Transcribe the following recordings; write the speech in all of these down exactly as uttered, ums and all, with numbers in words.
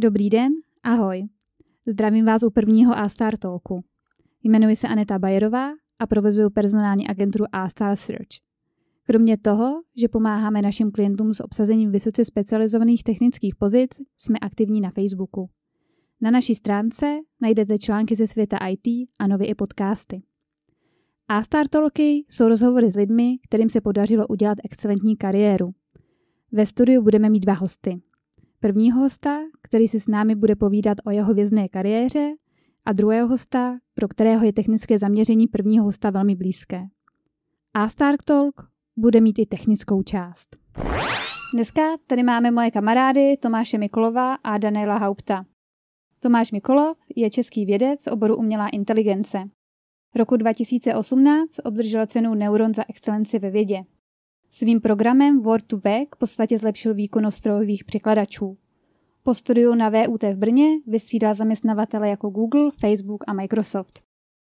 Dobrý den, ahoj. Zdravím vás u prvního A-Star Talku. Jmenuji se Aneta Bajerová a provozuji personální agenturu A-Star Search. Kromě toho, že pomáháme našim klientům s obsazením vysoce specializovaných technických pozic, jsme aktivní na Facebooku. Na naší stránce najdete články ze světa í té a nově i podcasty. A-Star Talky jsou rozhovory s lidmi, kterým se podařilo udělat excelentní kariéru. Ve studiu budeme mít dva hosty. Prvního hosta, který si s námi bude povídat o jeho hvězdné kariéře, a druhého hosta, pro kterého je technické zaměření prvního hosta velmi blízké. A-Star Talk bude mít i technickou část. Dneska tady máme moje kamarády Tomáše Mikolova a Daniela Haupta. Tomáš Mikolov je český vědec z oboru umělá inteligence. Roku dva tisíce osmnáct obdržel cenu Neuron za excelenci ve vědě. Svým programem Word to Vec v podstatě zlepšil výkonnost strojových překladačů. Po studiu na V U T v Brně vystřídal zaměstnavatele jako Google, Facebook a Microsoft.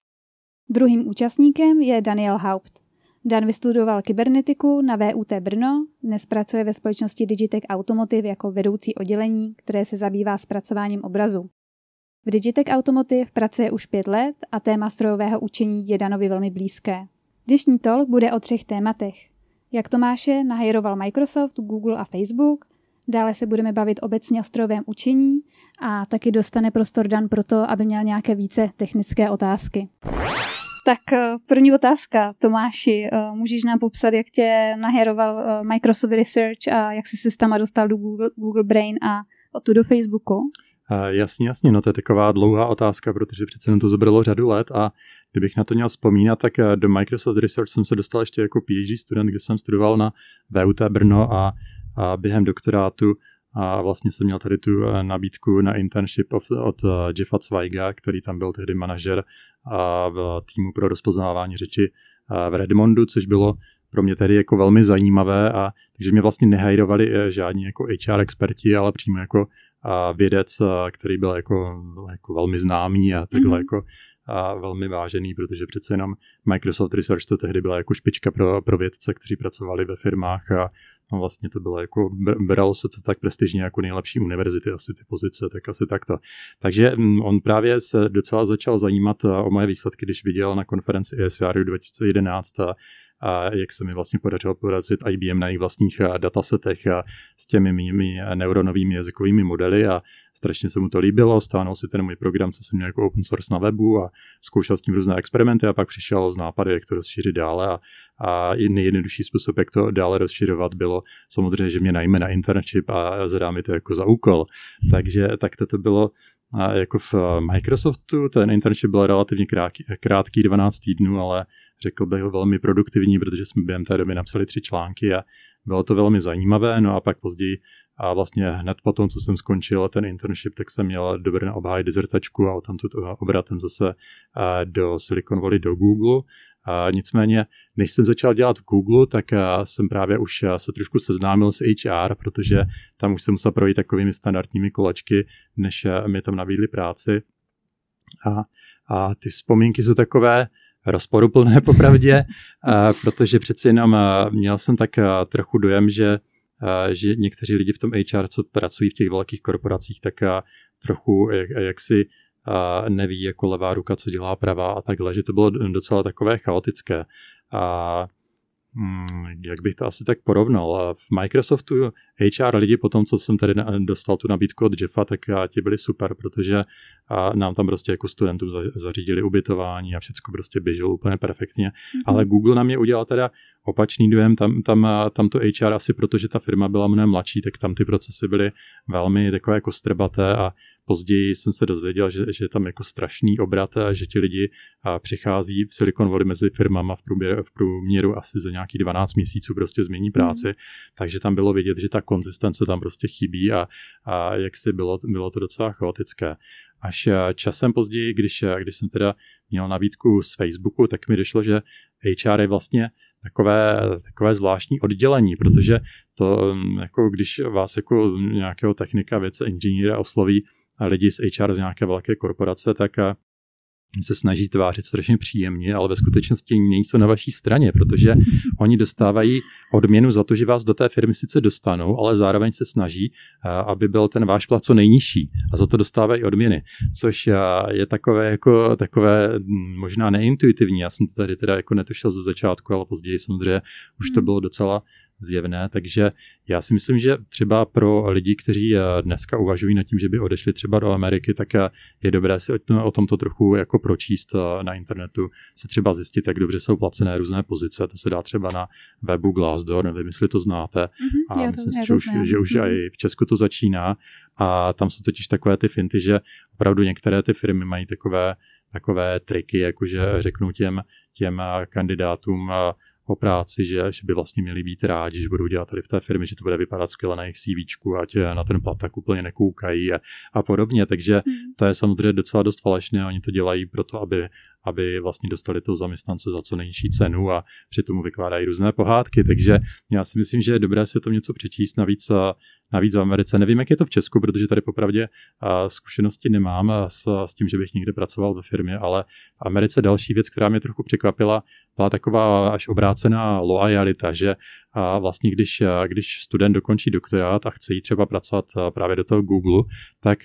Druhým účastníkem je Daniel Haupt. Dan vystudoval kybernetiku na V U T Brno, dnes pracuje ve společnosti Digitech Automotive jako vedoucí oddělení, které se zabývá zpracováním obrazu. V Digitech Automotive pracuje už pět let a téma strojového učení je Danovi velmi blízké. Dnešní talk bude o třech tématech. Jak Tomáše nahajroval Microsoft, Google a Facebook, dále se budeme bavit obecně o strojovém učení a taky dostane prostor Dan pro to, aby měl nějaké více technické otázky. Tak první otázka, Tomáši, můžeš nám popsat, jak tě nahajroval Microsoft Research a jak jsi se tam dostal do Google, Google Brain a odtud do Facebooku? Uh, jasně, jasně, no to je taková dlouhá otázka, protože přece jenom to zabralo řadu let a kdybych na to měl vzpomínat, tak do Microsoft Research jsem se dostal ještě jako PhD student, kde jsem studoval na V U T Brno a, a během doktorátu a vlastně jsem měl tady tu nabídku na internship od, od Jeffa Zweiga, který tam byl tehdy manažer v týmu pro rozpoznávání řeči v Redmondu, což bylo pro mě tedy jako velmi zajímavé a takže mě vlastně nehajrovali žádní jako H R experti, ale přímo jako a vědec, který byl jako, jako velmi známý a takhle mm-hmm. jako a velmi vážený, protože přece jenom Microsoft Research to tehdy byla jako špička pro, pro vědce, kteří pracovali ve firmách a no vlastně to bylo jako, bralo se to tak prestižně jako nejlepší univerzity, asi ty pozice, tak asi takto. Takže on právě se docela začal zajímat o moje výsledky, když viděl na konferenci E S R dva tisíce jedenáct a a jak se mi vlastně podařilo porazit I B M na jejich vlastních datasetech a s těmi mými neuronovými jazykovými modely a strašně se mu to líbilo, stáhnul si ten můj program, co jsem měl jako open source na webu a zkoušel s tím různé experimenty a pak přišel z nápady, jak to rozšířit dále a, a nejjednodušší způsob, jak to dále rozšiřovat, bylo samozřejmě, že mě najme na internship a zadá mi to jako za úkol. Takže tak to bylo a jako v Microsoftu, ten internship byl relativně krátký, krátký dvanáct týdnů, ale řekl bych velmi produktivní, protože jsme během té doby napsali tři články a bylo to velmi zajímavé. No a pak později a vlastně hned po tom, co jsem skončil ten internship, tak jsem měl do Brna obhájit dizertačku a tamtud obratem zase do Silicon Valley, do Google. A nicméně, než jsem začal dělat v Google, tak jsem právě už se trošku seznámil s H R, protože tam už jsem musel projít takovými standardními kolečky, než mi tam nabídli práci. A, a ty vzpomínky jsou takové rozporuplné popravdě, protože přeci jenom měl jsem tak trochu dojem, že, že někteří lidi v tom H R, co pracují v těch velkých korporacích, tak trochu jak, jaksi neví jako levá ruka, co dělá pravá a takhle, že to bylo docela takové chaotické. A jak bych to asi tak porovnal. V Microsoftu H R lidi po tom, co jsem tady dostal tu nabídku od Jeffa, tak ti byli super, protože nám tam prostě jako studentům zařídili ubytování a všechno prostě běželo úplně perfektně. Mm-hmm. Ale Google na mě udělal teda opačný dojem, tam, tam, tam to H R asi, protože ta firma byla mnohem mladší, tak tam ty procesy byly velmi takové jako strbaté a později jsem se dozvěděl, že, že je tam jako strašný obrat a že ti lidi a přichází v Silicon Valley mezi firmama v průměru, v průměru asi za nějakých dvanáct měsíců prostě změní práci, mm. takže tam bylo vidět, že ta konzistence tam prostě chybí a, a jak si bylo, bylo to docela chaotické. Až časem později, když, když jsem teda měl nabídku z Facebooku, tak mi došlo, že H R je vlastně takové, takové zvláštní oddělení, protože to, jako když vás jako nějakého technika, vědce, inženýra osloví lidi z H R z nějaké velké korporace, tak se snaží tvářit strašně příjemně, ale ve skutečnosti nejsou na vaší straně, protože oni dostávají odměnu za to, že vás do té firmy sice dostanou, ale zároveň se snaží, aby byl ten váš plat co nejnižší a za to dostávají odměny, což je takové jako takové možná neintuitivní. Já jsem to tady teda jako netušil ze začátku, ale později samozřejmě už to bylo docela zjevné, takže já si myslím, že třeba pro lidi, kteří dneska uvažují nad tím, že by odešli třeba do Ameriky, tak je dobré si o tomto trochu jako pročíst na internetu, se třeba zjistit, jak dobře jsou placené různé pozice, to se dá třeba na webu Glassdoor, nevím, jestli to znáte, mm-hmm, a já myslím to, si, že už, že už mm-hmm. i v Česku to začíná a tam jsou totiž takové ty finty, že opravdu některé ty firmy mají takové, takové triky, jakože řeknou těm, těm kandidátům o práci, že, že by vlastně měli být rádi, že budou dělat tady v té firmě, že to bude vypadat skvěle na jejich CVčku, ať na ten plat tak úplně nekoukají a, a podobně. Takže hmm. to je samozřejmě docela dost falešné. Oni to dělají proto, aby, aby vlastně dostali toho zaměstnance za co nejnižší cenu a přitom vykládají různé pohádky. Takže já si myslím, že je dobré si to něco přečíst. Navíc, navíc v Americe. Nevím, jak je to v Česku, protože tady popravdě zkušenosti nemám s, s tím, že bych někde pracoval ve firmě, ale v Americe další věc, která mě trochu překvapila, byla taková až obrácená loajalita, že vlastně když, když student dokončí doktorát a chce jít třeba pracovat právě do toho Google, tak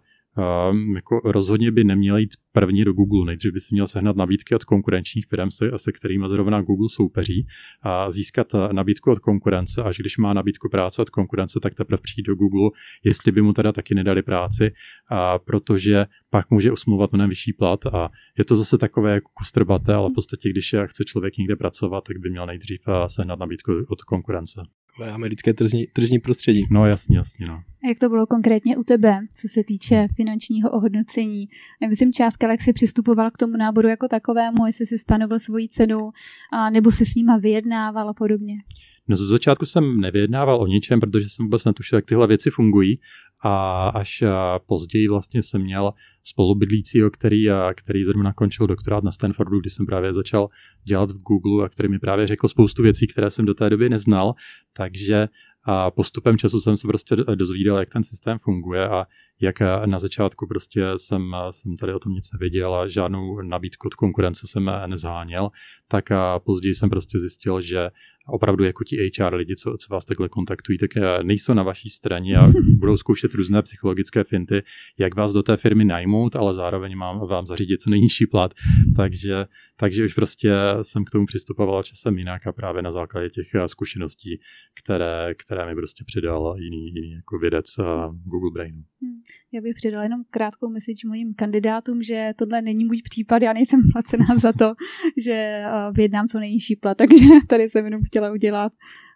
Um, jako rozhodně by neměl jít první do Google. Nejdřív by si měl sehnat nabídky od konkurenčních firm, se, se kterými zrovna Google soupeří, a získat nabídku od konkurence. Až když má nabídku práce od konkurence, tak teprve přijít do Google, jestli by mu teda taky nedali práci, a protože pak může usmluvat mnohem vyšší plat. A je to zase takové jako kostrbaté, ale v podstatě, když chce člověk někde pracovat, tak by měl nejdřív sehnat nabídku od konkurence. Americké tržní, tržní prostředí. No jasně, jasně. No. A jak to bylo konkrétně u tebe, co se týče finančního ohodnocení? Nemyslím částka, jak jsi přistupoval k tomu náboru jako takovému, jestli jsi stanovil svoji cenu, a nebo jsi s nima vyjednával a podobně? No ze začátku jsem nevyjednával o ničem, protože jsem vůbec netušil, jak tyhle věci fungují, a až později vlastně jsem měl spolubydlícího, který, který zrovna končil doktorát na Stanfordu, kdy jsem právě začal dělat v Google a který mi právě řekl spoustu věcí, které jsem do té doby neznal, takže a postupem času jsem se prostě dozvídal, jak ten systém funguje a jak na začátku prostě jsem, jsem tady o tom nic nevěděl a žádnou nabídku od konkurence jsem nezháněl, tak a později jsem prostě zjistil, že opravdu jako ti H R lidi, co, co vás takhle kontaktují, tak nejsou na vaší straně a budou zkoušet různé psychologické finty, jak vás do té firmy najmout, ale zároveň mám vám zařídit co nejnižší plat. Takže, takže už prostě jsem k tomu přistupoval časem jinak a právě na základě těch zkušeností, které, které mi prostě přidal jiný, jiný jako vědec Google Brainu. Hmm. Já bych přidala jenom krátkou message mojim kandidátům, že tohle není můj případ, já nejsem placená za to, že vyjednám co nejnižší plat, takže tady jsem jenom chtěla udělat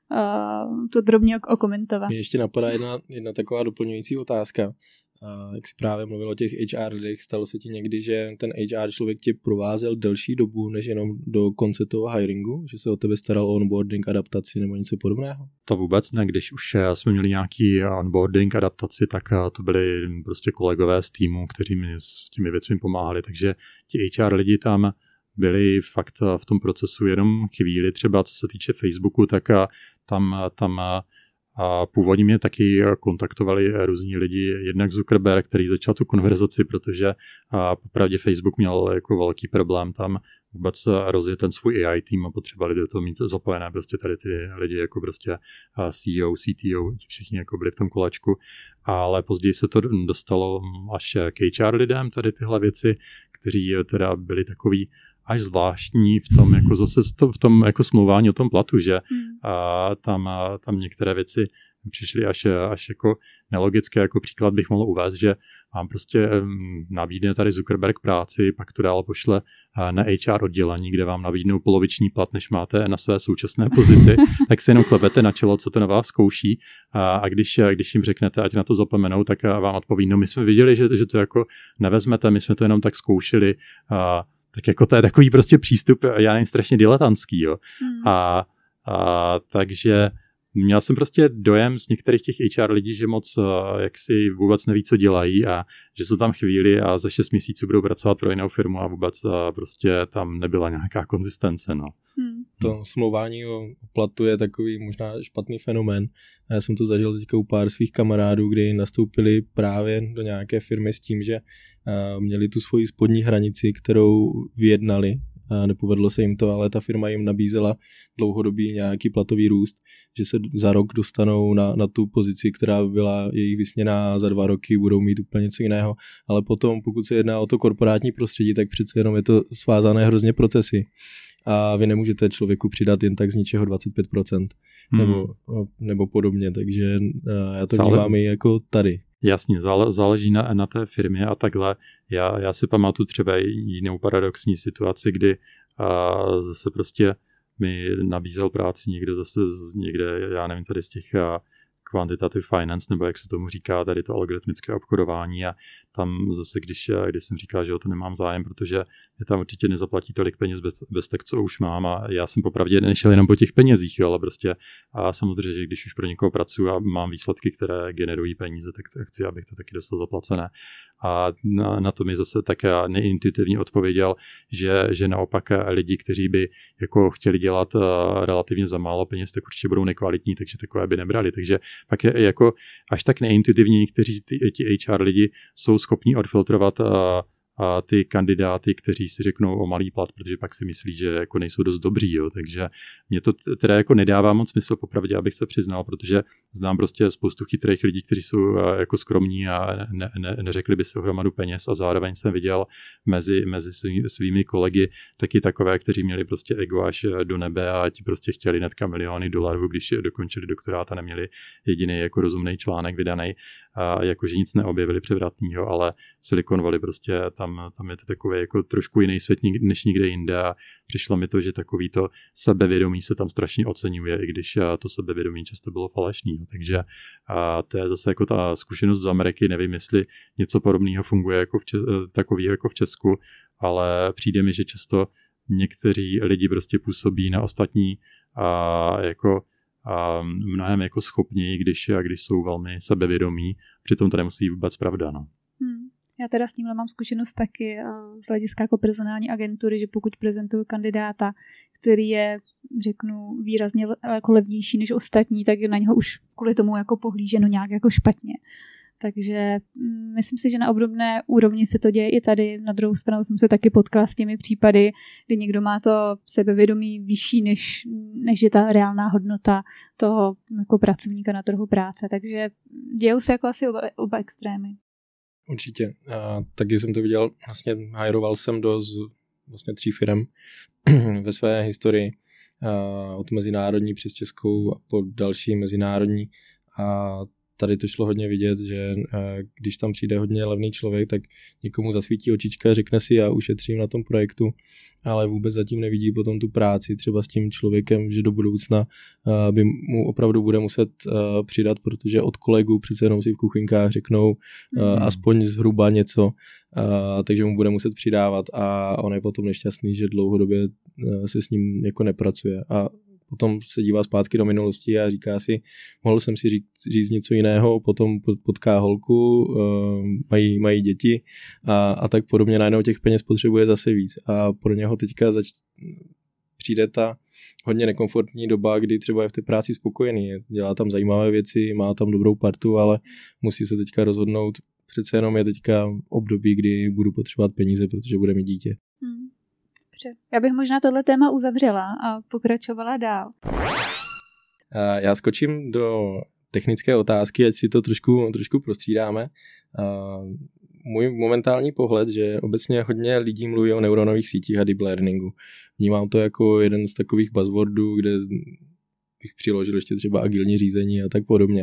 uh, to drobně okomentovat. Mě ještě napadá jedna, jedna taková doplňující otázka. Uh, jak jsi právě mluvil o těch H R lidech, stalo se ti někdy, že ten H R člověk tě provázel delší dobu, než jenom do konce toho hiringu? Že se o tebe staral o onboarding, adaptaci nebo něco podobného? To vůbec ne, když už jsme měli nějaký onboarding, adaptaci, tak to byli prostě kolegové z týmu, kteří mi s těmi věcmi pomáhali, takže ti H R lidi tam byli fakt v tom procesu jenom chvíli, třeba co se týče Facebooku, tak tam, tam a původně mě taky kontaktovali různí lidi, jednak Zuckerberg, který začal tu konverzaci, protože popravdě Facebook měl jako velký problém tam vůbec rozjet ten svůj A I tým a potřebovali do toho mít zapojené prostě tady ty lidi jako prostě C E O, C T O, všichni jako byli v tom kolečku, ale později se to dostalo až k H R lidem, tady tyhle věci, kteří teda byli takový až zvláštní v tom, jako zase v tom jako smlouvání o tom platu, že hmm. a tam, a tam některé věci přišly až, až jako nelogické, jako příklad bych mohl uvést, že vám prostě nabídne tady Zuckerberg práci, pak to dál pošle na H R oddělení, kde vám nabídnou poloviční plat, než máte na své současné pozici, tak si jenom klepete na čelo, co to na vás zkouší, a, a když, když jim řeknete, ať na to zapomenou, tak vám odpoví, no my jsme viděli, že, že to jako nevezmete, my jsme to jenom tak zkoušeli, a tak jako to je takový prostě přístup, já nevím, strašně diletantský, jo. Hmm. A, a takže, Měl jsem prostě dojem z některých těch H R lidí, že moc jak si vůbec neví, co dělají a že jsou tam chvíli a za šest měsíců budou pracovat pro jinou firmu a vůbec a prostě tam nebyla nějaká konzistence. No. Hmm. To smlouvání o platu je takový možná špatný fenomén. Já jsem to zažil teďka u pár svých kamarádů, kdy nastoupili právě do nějaké firmy s tím, že měli tu svoji spodní hranici, kterou vyjednali. A nepovedlo se jim to, ale ta firma jim nabízela dlouhodobý nějaký platový růst, že se za rok dostanou na, na tu pozici, která byla jejich vysněná, za dva roky budou mít úplně něco jiného, ale potom, pokud se jedná o to korporátní prostředí, tak přece jenom je to svázané hrozně procesy a vy nemůžete člověku přidat jen tak z ničeho dvacet pět procent hmm. nebo, nebo podobně, takže já to vnímám i jako tady. Jasně, záleží na, na té firmě a takhle. Já, já si pamatuju třeba jinou paradoxní situaci, kdy a zase prostě mi nabízel práci někdo zase z někde, já nevím, tady z těch a, quantitative finance, nebo jak se tomu říká, tady to algoritmické obchodování a tam zase, když, když jsem říkal, že o to nemám zájem, protože mě tam určitě nezaplatí tolik peněz bez, bez tak, co už mám a já jsem popravdě nešel jenom po těch penězích, jo, ale prostě a samozřejmě, že když už pro někoho pracuji a mám výsledky, které generují peníze, tak chci, abych to taky dostal zaplacené. A na, na to mi zase tak neintuitivně odpověděl, že, že naopak lidi, kteří by jako chtěli dělat uh, relativně za málo peněz, tak určitě budou nekvalitní, takže takové by nebrali. Takže pak je jako až tak neintuitivně někteří ti, ti H R lidi jsou schopní odfiltrovat uh, a ty kandidáty, kteří si řeknou o malý plat, protože pak si myslí, že jako nejsou dost dobří, jo. Takže mě to teda jako nedává moc smysl popravdě, abych se přiznal, protože znám prostě spoustu chytrých lidí, kteří jsou jako skromní a ne, ne, neřekli by si o hromadu peněz a zároveň jsem viděl mezi, mezi svými, svými kolegy taky takové, kteří měli prostě ego až do nebe a ti prostě chtěli hnedka miliony dolarů, když dokončili doktorát a neměli jediný jako rozumný článek vydaný, a jakože nic neobjevili převratného, ale Silicon Valley prostě tam Tam je to takový jako trošku jiný svět než nikde jinde a přišlo mi to, že takový to sebevědomí se tam strašně oceňuje, i když to sebevědomí často bylo falešný. Takže a to je zase jako ta zkušenost z Ameriky, nevím, jestli něco podobného funguje jako v Če- takového jako v Česku, ale přijde mi, že často někteří lidi prostě působí na ostatní a jako a mnohem jako schopněji, když, když jsou velmi sebevědomí, přitom to nemusí vůbec pravda. No. Hmm. Já teda s tímhle mám zkušenost taky z hlediska jako personální agentury, že pokud prezentuju kandidáta, který je, řeknu, výrazně jako levnější než ostatní, tak je na něho už kvůli tomu jako pohlíženo nějak jako špatně. Takže myslím si, že na obdobné úrovni se to děje i tady. Na druhou stranu jsem se taky potkala s těmi případy, kdy někdo má to sebevědomí vyšší, než, než je ta reálná hodnota toho jako pracovníka na trhu práce. Takže dějou se jako asi oba, oba extrémy. Určitě. A taky jsem to viděl, vlastně hajroval jsem do z, vlastně tří firem ve své historii, a od mezinárodní přes českou a po další mezinárodní. A tady to šlo hodně vidět, že když tam přijde hodně levný člověk, tak někomu zasvítí očička, řekne si, já ušetřím na tom projektu, ale vůbec zatím nevidí potom tu práci třeba s tím člověkem, že do budoucna by mu opravdu bude muset přidat, protože od kolegů přece jenom si v kuchyňkách řeknou mm. aspoň zhruba něco, takže mu bude muset přidávat a on je potom nešťastný, že dlouhodobě se s ním jako nepracuje a potom se dívá zpátky do minulosti a říká si, mohl jsem si říct, říct něco jiného, potom potká holku, uh, mají, mají děti a, a tak podobně, najednou těch peněz potřebuje zase víc a pro něho teďka zač- přijde ta hodně nekomfortní doba, kdy třeba je v té práci spokojený, dělá tam zajímavé věci, má tam dobrou partu, ale musí se teďka rozhodnout, přece jenom je teďka období, kdy budu potřebovat peníze, protože bude mít dítě. Hmm. Já bych možná tohle téma uzavřela a pokračovala dál. Já skočím do technické otázky, ať si to trošku, trošku prostřídáme. Můj momentální pohled, že obecně hodně lidí mluví o neuronových sítích a deep learningu. Vnímám to jako jeden z takových buzzwordů, kde bych přiložil ještě třeba agilní řízení a tak podobně.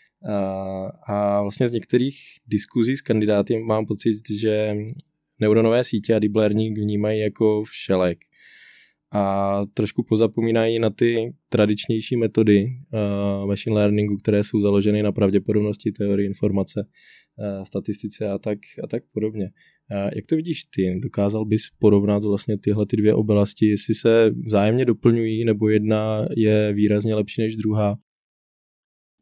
A vlastně z některých diskuzí s kandidáty mám pocit, že neuronové sítě a deep learning vnímají jako všelek. A trošku pozapomínají na ty tradičnější metody uh, machine learningu, které jsou založeny na pravděpodobnosti, teorii informace, uh, statistice a tak, a tak podobně. Uh, jak to vidíš ty? Dokázal bys porovnat vlastně tyhle ty dvě oblasti, jestli se vzájemně doplňují, nebo jedna je výrazně lepší než druhá?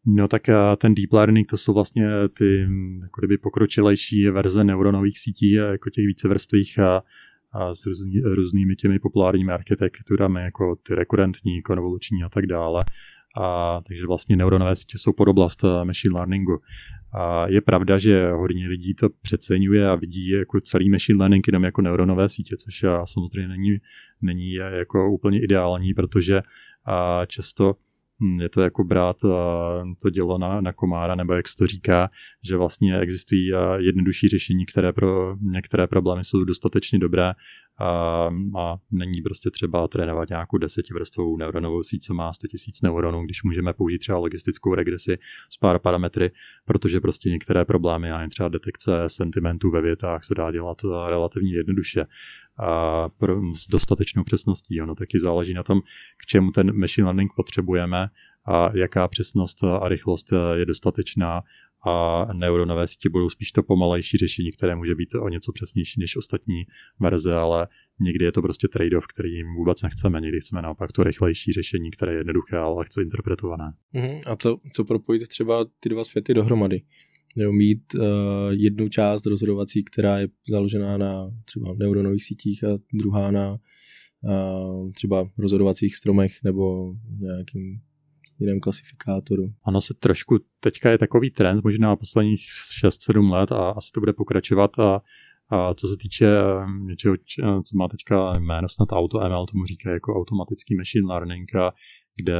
No tak ten deep learning, to jsou vlastně ty jako kdyby pokročilejší verze neuronových sítí, jako těch vícevrstvých a, a s různý, různými těmi populárními architekturami, jako ty rekurentní, konvoluční a tak dále. A, takže vlastně neuronové sítě jsou pod oblast machine learningu. A je pravda, že hodně lidí to přeceňuje a vidí jako celý machine learning jenom jako neuronové sítě, což samozřejmě není, není jako úplně ideální, protože a často je to jako brát to dělo na, na komára, nebo jak se to říká, že vlastně existují jednodušší řešení, které pro některé problémy jsou dostatečně dobré a, a není prostě třeba trénovat nějakou desetivrstvovou neuronovou síť, co má sto tisíc neuronů, když můžeme použít třeba logistickou regresi s pár parametry, protože prostě některé problémy, a třeba detekce sentimentů ve větách se dá dělat relativně jednoduše a pro, s dostatečnou přesností. Ono taky záleží na tom, k čemu ten machine learning potřebujeme a jaká přesnost a rychlost je dostatečná, a neuronové sítě budou spíš to pomalejší řešení, které může být o něco přesnější než ostatní verze, ale někdy je to prostě trade-off, který vůbec nechceme, někdy chceme naopak to rychlejší řešení, které je jednoduché, ale lehce interpretované. Uh-huh. A co, co propojit třeba ty dva světy dohromady? Nebo mít uh, jednu část rozhodovací, která je založená na třeba neuronových sítích a druhá na uh, třeba rozhodovacích stromech nebo nějakým jiném klasifikátoru. Ano, se trošku, teďka je takový trend, možná posledních šest sedm let a asi to bude pokračovat a, a co se týče něčeho, co má teďka jméno snad AutoML, tomu říká jako automatický machine learning, a kde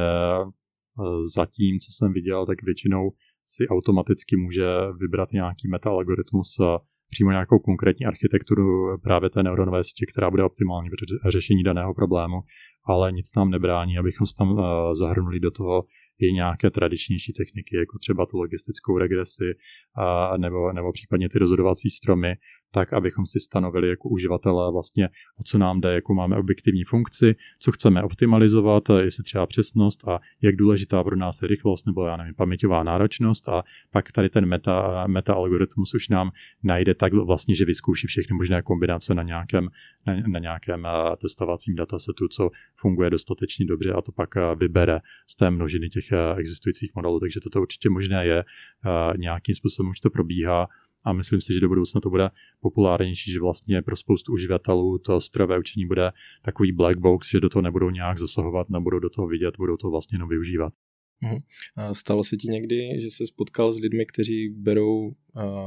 zatím, co jsem viděl, tak většinou si automaticky může vybrat nějaký meta-algoritmus a přímo nějakou konkrétní architekturu právě té neuronové sítě, která bude optimální pro řešení daného problému, ale nic nám nebrání, abychom se tam zahrnuli do toho i nějaké tradičnější techniky, jako třeba tu logistickou regresi a nebo, nebo případně ty rozhodovací stromy, tak abychom si stanovili jako uživatelé vlastně, o co nám jde, jakou máme objektivní funkci, co chceme optimalizovat, jestli třeba přesnost a jak důležitá pro nás je rychlost nebo já nevím, paměťová náročnost, a pak tady ten meta, meta algoritmus už nám najde tak vlastně, že vyzkouší všechny možné kombinace na nějakém, na, na nějakém testovacím datasetu, co funguje dostatečně dobře, a to pak vybere z té množiny těch existujících modelů, takže toto určitě možné je, nějakým způsobem už to probíhá. A myslím si, že do budoucna to bude populárnější, že vlastně pro spoustu uživatelů to strojové učení bude takový black box, že do toho nebudou nějak zasahovat, nebudou do toho vidět, budou to vlastně jenom využívat. Uhum. A stalo se ti někdy, že se spotkal s lidmi, kteří berou uh,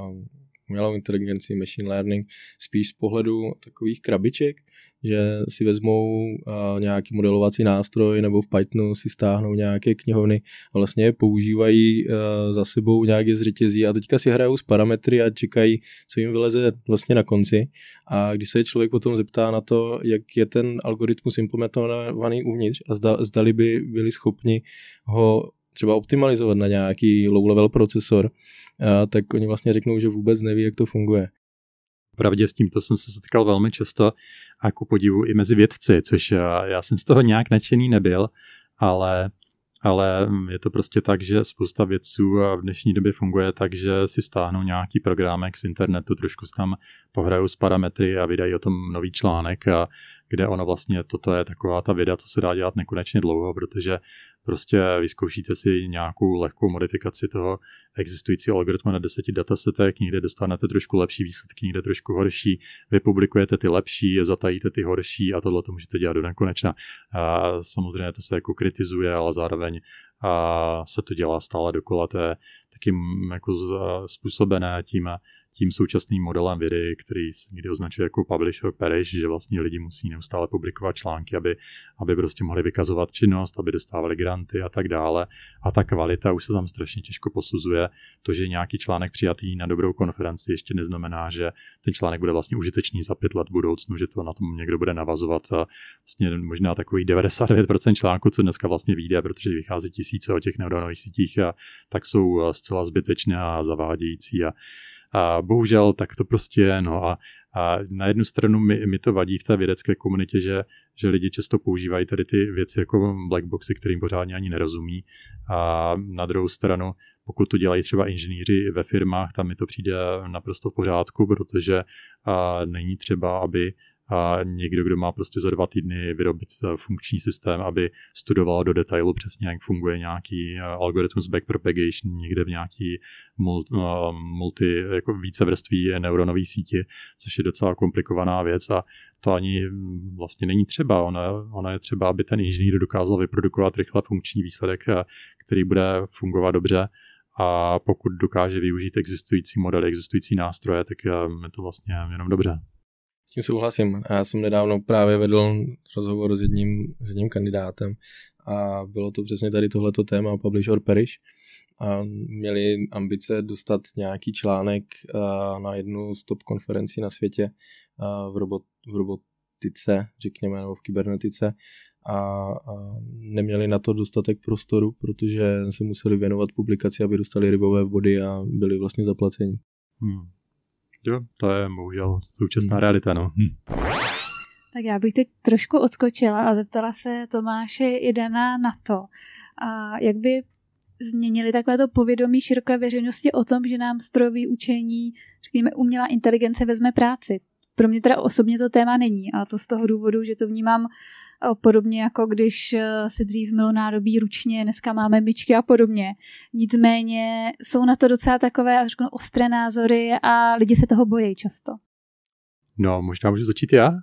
umělou inteligenci, machine learning spíš z pohledu takových krabiček, že si vezmou uh, nějaký modelovací nástroj nebo v Pythonu si stáhnou nějaké knihovny a vlastně je používají uh, za sebou nějaké zřetězí a teďka si hrajou s parametry a čekají, co jim vyleze vlastně na konci. A když se člověk potom zeptá na to, jak je ten algoritmus implementovaný uvnitř a zda, zdali by byli schopni ho třeba optimalizovat na nějaký low-level procesor, a tak oni vlastně řeknou, že vůbec neví, jak to funguje. Pravdě s tímto jsem se setkal velmi často a ku podivu i mezi vědci, což já, já jsem z toho nějak nadšený nebyl, ale, ale je to prostě tak, že spousta vědců v dnešní době funguje tak, že si stáhnou nějaký programek z internetu, trošku si tam pohrajou s parametry a vydají o tom nový článek, a kde ono vlastně toto je taková ta věda, co se dá dělat nekonečně dlouho, protože prostě vyzkoušíte si nějakou lehkou modifikaci toho existujícího algoritmu na deseti datasetech, někde dostanete trošku lepší výsledky, někde trošku horší, vy publikujete ty lepší, zatajíte ty horší a tohle to můžete dělat do nekonečna. A samozřejmě to se jako kritizuje, ale zároveň a se to dělá stále dokola, to je taky jako způsobené tím, tím současným modelem vědy, který se někdy označuje jako publish or perish, že vlastně lidi musí neustále publikovat články, aby, aby prostě mohli vykazovat činnost, aby dostávali granty a tak dále. A ta kvalita už se tam strašně těžko posuzuje. To, že nějaký článek přijatý na dobrou konferenci, ještě neznamená, že ten článek bude vlastně užitečný za pět let v budoucnu, že to na tom někdo bude navazovat. A vlastně možná takových devadesát devět procent článků, co dneska vlastně vyjde, protože vychází tisíce o těch neuronových sítích, a tak jsou zcela zbytečné a zavádějící. A A bohužel tak to prostě je. No a, a na jednu stranu mi, mi to vadí v té vědecké komunitě, že, že lidi často používají tady ty věci jako blackboxy, kterým pořádně ani nerozumí. A na druhou stranu, pokud to dělají třeba inženýři ve firmách, tam mi to přijde naprosto v pořádku, protože a, není třeba, aby a někdo, kdo má prostě za dva týdny vyrobit funkční systém, aby studoval do detailu přesně, jak funguje nějaký algoritmus backpropagation někde v nějaký multi, jako vícevrství neuronové síti, což je docela komplikovaná věc a to ani vlastně není třeba. Ono, ono je třeba, aby ten inženýr dokázal vyprodukovat rychle funkční výsledek, který bude fungovat dobře a pokud dokáže využít existující modely, existující nástroje, tak je to vlastně jenom dobře. S tím souhlasím. Já jsem nedávno právě vedl rozhovor s jedním, s jedním kandidátem a bylo to přesně tady tohleto téma Publish or Perish a měli ambice dostat nějaký článek na jednu z top konferencí na světě v, robot, v robotice, řekněme, nebo v kybernetice a, a neměli na to dostatek prostoru, protože se museli věnovat publikaci, aby dostali rybové body a byli vlastně zaplaceni. Hmm. Jo, to je bohužel současná hmm. realita, no. Hm. Tak já bych teď trošku odskočila a zeptala se Tomáše i Dana na to, a jak by změnili takovéto povědomí široké veřejnosti o tom, že nám strojové učení, řekněme, umělá inteligence vezme práci. Pro mě teda osobně to téma není a to z toho důvodu, že to vnímám podobně jako když se dřív mylo nádobí ručně, dneska máme myčky a podobně. Nicméně jsou na to docela takové, řeknu, ostré názory a lidi se toho bojí často. No, možná můžu začít já?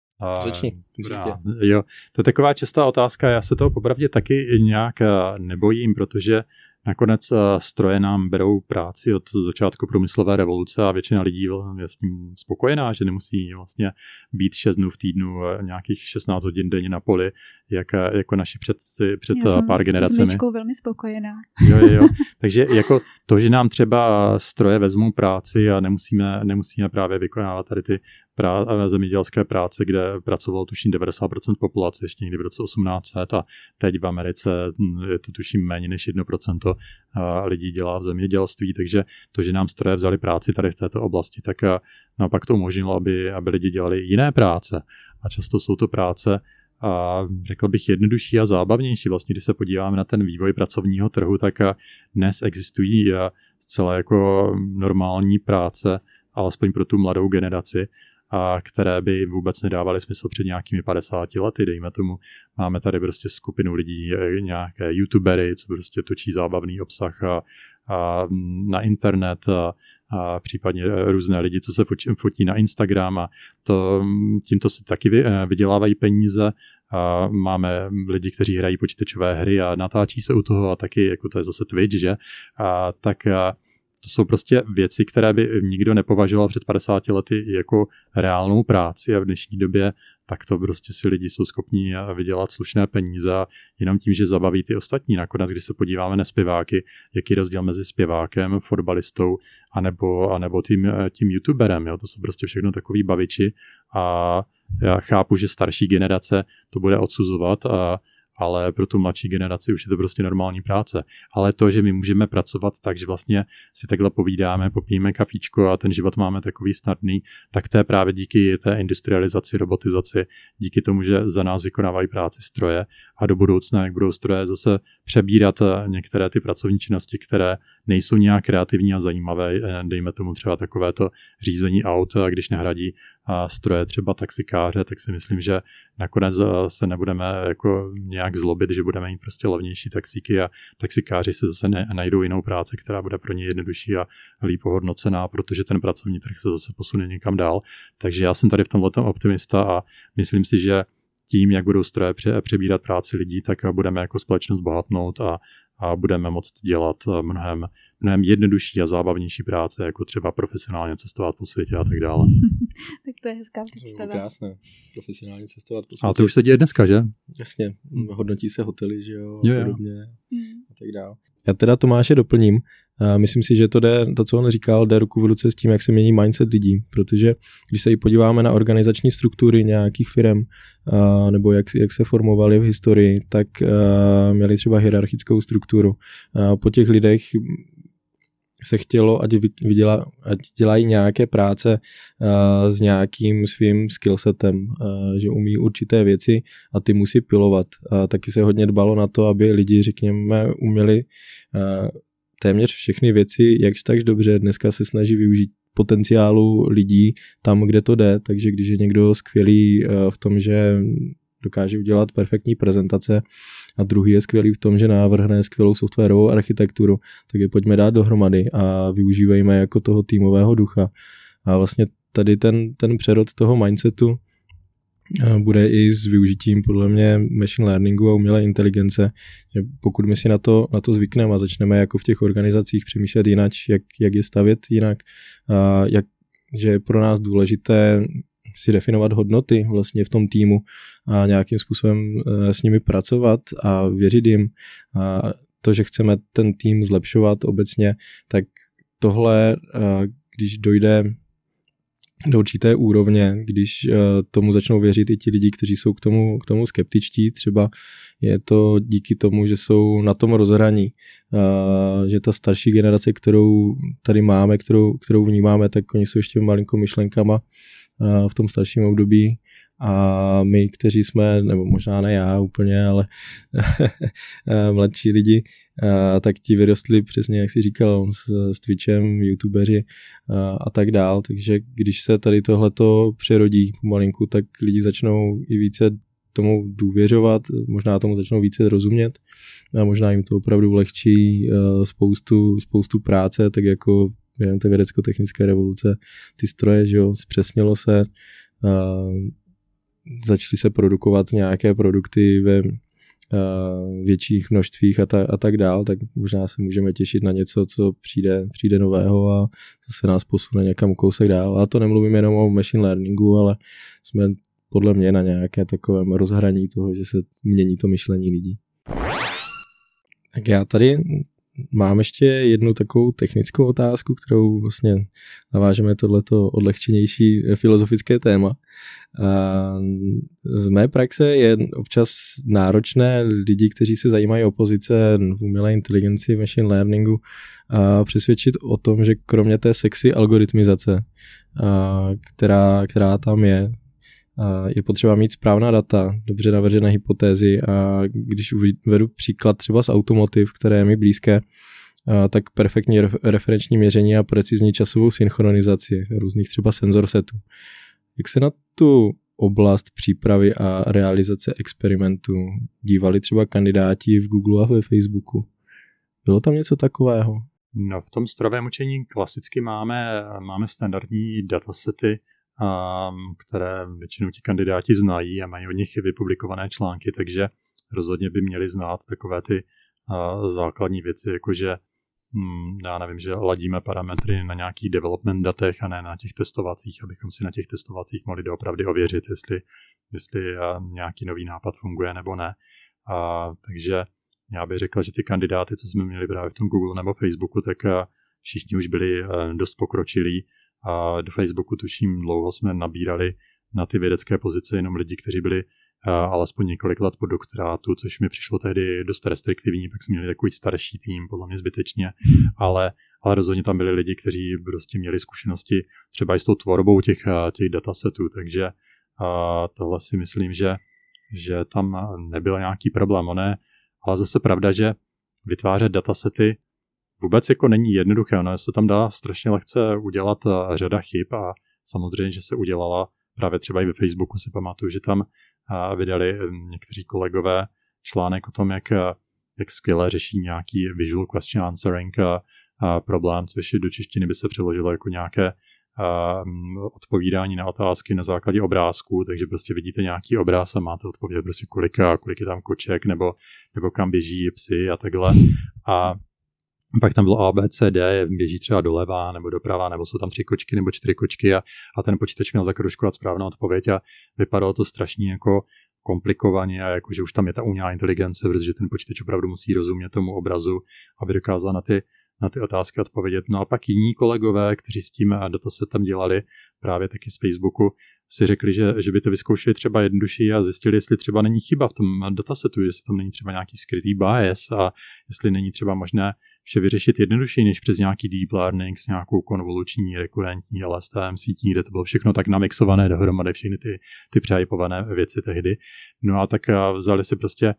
Začni. Jo, to je taková častá otázka, já se toho popravdě taky nějak nebojím, protože nakonec stroje nám berou práci od začátku průmyslové revoluce a většina lidí je s tím spokojená, že nemusí vlastně být šest dnů v týdnu, nějakých šestnáct hodin denně na poli, jak, jako naši předci před Já pár generacemi. Já jsem s myčkou velmi spokojená. Jo, jo, jo. Takže jako to, že nám třeba stroje vezmou práci a nemusíme, nemusíme právě vykonávat tady ty prá- zemědělské práce, kde pracovalo tuším devadesát procent populace ještě někdy v roce osmnáct set a teď v Americe je to tuším méně než jedno procento lidí dělá v zemědělství, takže to, že nám stroje vzali práci tady v této oblasti, tak naopak to umožnilo, aby, aby lidi dělali jiné práce a často jsou to práce a řekl bych jednodušší a zábavnější. Vlastně, když se podíváme na ten vývoj pracovního trhu, tak dnes existují zcela jako normální práce, alespoň pro tu mladou generaci, a které by vůbec nedávaly smysl před nějakými padesáti lety, dejme tomu. Máme tady prostě skupinu lidí, nějaké youtubery, co prostě točí zábavný obsah a, a na internet a, a případně různé lidi, co se fotí, fotí na Instagram a to, tímto si taky vydělávají peníze. A máme lidi, kteří hrají počítačové hry a natáčí se u toho a taky, jako to je zase Twitch, že? A tak a to jsou prostě věci, které by nikdo nepovažoval před padesáti lety jako reálnou práci a v dnešní době tak to prostě si lidi jsou schopní vydělat slušné peníze a jenom tím, že zabaví ty ostatní. Nakonec, když se podíváme na zpěváky, jaký je rozdíl mezi zpěvákem, fotbalistou anebo, anebo tím, tím youtuberem. Jo? To jsou prostě všechno takový baviči a já chápu, že starší generace to bude odsuzovat a ale pro tu mladší generaci už je to prostě normální práce. Ale to, že my můžeme pracovat tak, že vlastně si takhle povídáme, popijeme kafíčko a ten život máme takový snadný, tak to je právě díky té industrializaci, robotizaci, díky tomu, že za nás vykonávají práci stroje a do budoucna, jak budou stroje zase přebírat některé ty pracovní činnosti, které nejsou nějak kreativní a zajímavé, dejme tomu třeba takovéto řízení aut, když nahradí stroje třeba taxikáře, tak si myslím, že nakonec se nebudeme jako nějak zlobit, že budeme mít prostě levnější taxíky a taxikáři se zase ne, najdou jinou práci, která bude pro ně jednodušší a líp ohodnocená, protože ten pracovní trh se zase posune někam dál. Takže já jsem tady v tomhletom optimista a myslím si, že tím, jak budou stroje přebírat práci lidí, tak budeme jako společnost bohatnout a, a budeme moct dělat mnohem, mnohem jednodušší a zábavnější práce, jako třeba profesionálně cestovat po světě a tak dále. Tak to je hezká představa. To je krásné, profesionálně cestovat po světě. Ale to už se děje dneska, že? Jasně, hodnotí se hotely, že jo, a jo, podobně hmm. a tak dále. Já teda Tomáše doplním. Myslím si, že to jde, to, co on říkal, jde ruku v ruce s tím, jak se mění mindset lidí, protože když se i podíváme na organizační struktury nějakých firm, nebo jak, jak se formovaly v historii, tak měli třeba hierarchickou strukturu. Po těch lidech se chtělo, ať, vyděla, ať dělají nějaké práce uh, s nějakým svým skillsetem, uh, že umí určité věci a ty musí pilovat. Uh, taky se hodně dbalo na to, aby lidi, řekněme, uměli uh, téměř všechny věci jakž takž dobře. Dneska se snaží využít potenciálu lidí tam, kde to jde, takže když je někdo skvělý v tom, že dokáže udělat perfektní prezentace a druhý je skvělý v tom, že navrhne skvělou softwarovou architekturu, tak je pojďme dát dohromady a využívejme jako toho týmového ducha. A vlastně tady ten, ten přerod toho mindsetu bude i s využitím podle mě machine learningu a umělé inteligence, že pokud my si na to, na to zvykneme a začneme jako v těch organizacích přemýšlet jinak, jak, jak je stavět jinak, a jak, že je pro nás důležité si definovat hodnoty vlastně v tom týmu a nějakým způsobem s nimi pracovat a věřit jim. A to, že chceme ten tým zlepšovat obecně, tak tohle, když dojde do určité úrovně, když tomu začnou věřit i ti lidi, kteří jsou k tomu, k tomu skeptičtí, třeba je to díky tomu, že jsou na tom rozhraní, že ta starší generace, kterou tady máme, kterou, kterou vnímáme, tak oni jsou ještě malinko myšlenkama v tom starším období a my, kteří jsme, nebo možná ne já úplně, ale mladší lidi, tak ti vyrostli přesně, jak jsi říkal, s, s Twitchem, youtubeři a, a tak dál, takže když se tady tohleto přerodí pomalinku, tak lidi začnou i více tomu důvěřovat, možná tomu začnou více rozumět a možná jim to opravdu ulehčí spoustu, spoustu práce, tak jako během té vědecko-technické revoluce ty stroje, že jo, zpřesnilo se, začaly se produkovat nějaké produkty ve větších množstvích a, ta, a tak dál, tak možná se můžeme těšit na něco, co přijde, přijde nového a zase nás posune někam kousek dál. A to nemluvím jenom o machine learningu, ale jsme podle mě na nějaké takovém rozhraní toho, že se mění to myšlení lidí. Tak já tady mám ještě jednu takovou technickou otázku, kterou vlastně navážeme tohleto odlehčenější filozofické téma. Z mé praxe je občas náročné lidi, kteří se zajímají o pozice v umělé inteligenci, machine learningu, a přesvědčit o tom, že kromě té sexy algoritmizace, která, která tam je, je potřeba mít správná data, dobře navržené hypotézy a když uvedu příklad třeba z automotiv, které je mi blízké, tak perfektní referenční měření a precizní časovou synchronizaci různých třeba senzor setů. Jak se na tu oblast přípravy a realizace experimentů dívali třeba kandidáti v Google a ve Facebooku? Bylo tam něco takového? No, v tom strojovém učení klasicky máme, máme standardní datasety, Um, které většinou ti kandidáti znají a mají od nich vypublikované články, takže rozhodně by měli znát takové ty uh, základní věci, jakože hm, já nevím, že ladíme parametry na nějakých development datech a ne na těch testovacích, abychom si na těch testovacích mohli doopravdy ověřit, jestli, jestli uh, nějaký nový nápad funguje nebo ne. Uh, takže já bych řekl, že ty kandidáty, co jsme měli právě v tom Google nebo Facebooku, tak uh, všichni už byli uh, dost pokročilí. A do Facebooku tuším dlouho jsme nabírali na ty vědecké pozice jenom lidi, kteří byli uh, alespoň několik let po doktorátu, což mi přišlo tehdy dost restriktivní, pak jsme měli takový starší tým, podle mě zbytečně, ale, ale rozhodně tam byli lidi, kteří prostě měli zkušenosti třeba i s tou tvorbou těch, těch datasetů, takže uh, tohle si myslím, že, že tam nebyl nějaký problém, ne? Ale zase pravda, že vytvářet datasety vůbec jako není jednoduché, ono se tam dá strašně lehce udělat řada chyb a samozřejmě, že se udělala právě třeba i ve Facebooku, si pamatuju, že tam vydali někteří kolegové článek o tom, jak, jak skvěle řeší nějaký visual question answering problém, což do češtiny by se přeložilo jako nějaké odpovídání na otázky na základě obrázků, takže prostě vidíte nějaký obraz a máte odpovědět prostě kolik, kolik je tam koček nebo, nebo kam běží psy a takhle. A pak tam bylo A, B, C, D, běží třeba doleva nebo doprava, nebo jsou tam tři kočky nebo čtyři kočky a, a ten počítač měl zakroužkovat správnou odpověď a vypadalo to strašně jako komplikovaně a jako, že už tam je ta umělá inteligence, protože ten počítač opravdu musí rozumět tomu obrazu, aby dokázal na ty, na ty otázky odpovědět. No a pak jiní kolegové, kteří s tím datasetem dělali právě taky z Facebooku, si řekli, že, že by to vyzkoušeli třeba jednodušší a zjistili, jestli třeba není chyba v tom datasetu, jestli tam není třeba nějaký skrytý bias a jestli není třeba možné vše vyřešit jednodušší než přes nějaký deep learning s nějakou konvoluční, rekurentní L S T M sítí, kde to bylo všechno tak namixované dohromady, všechny ty, ty přehypované věci tehdy. No a tak vzali si prostě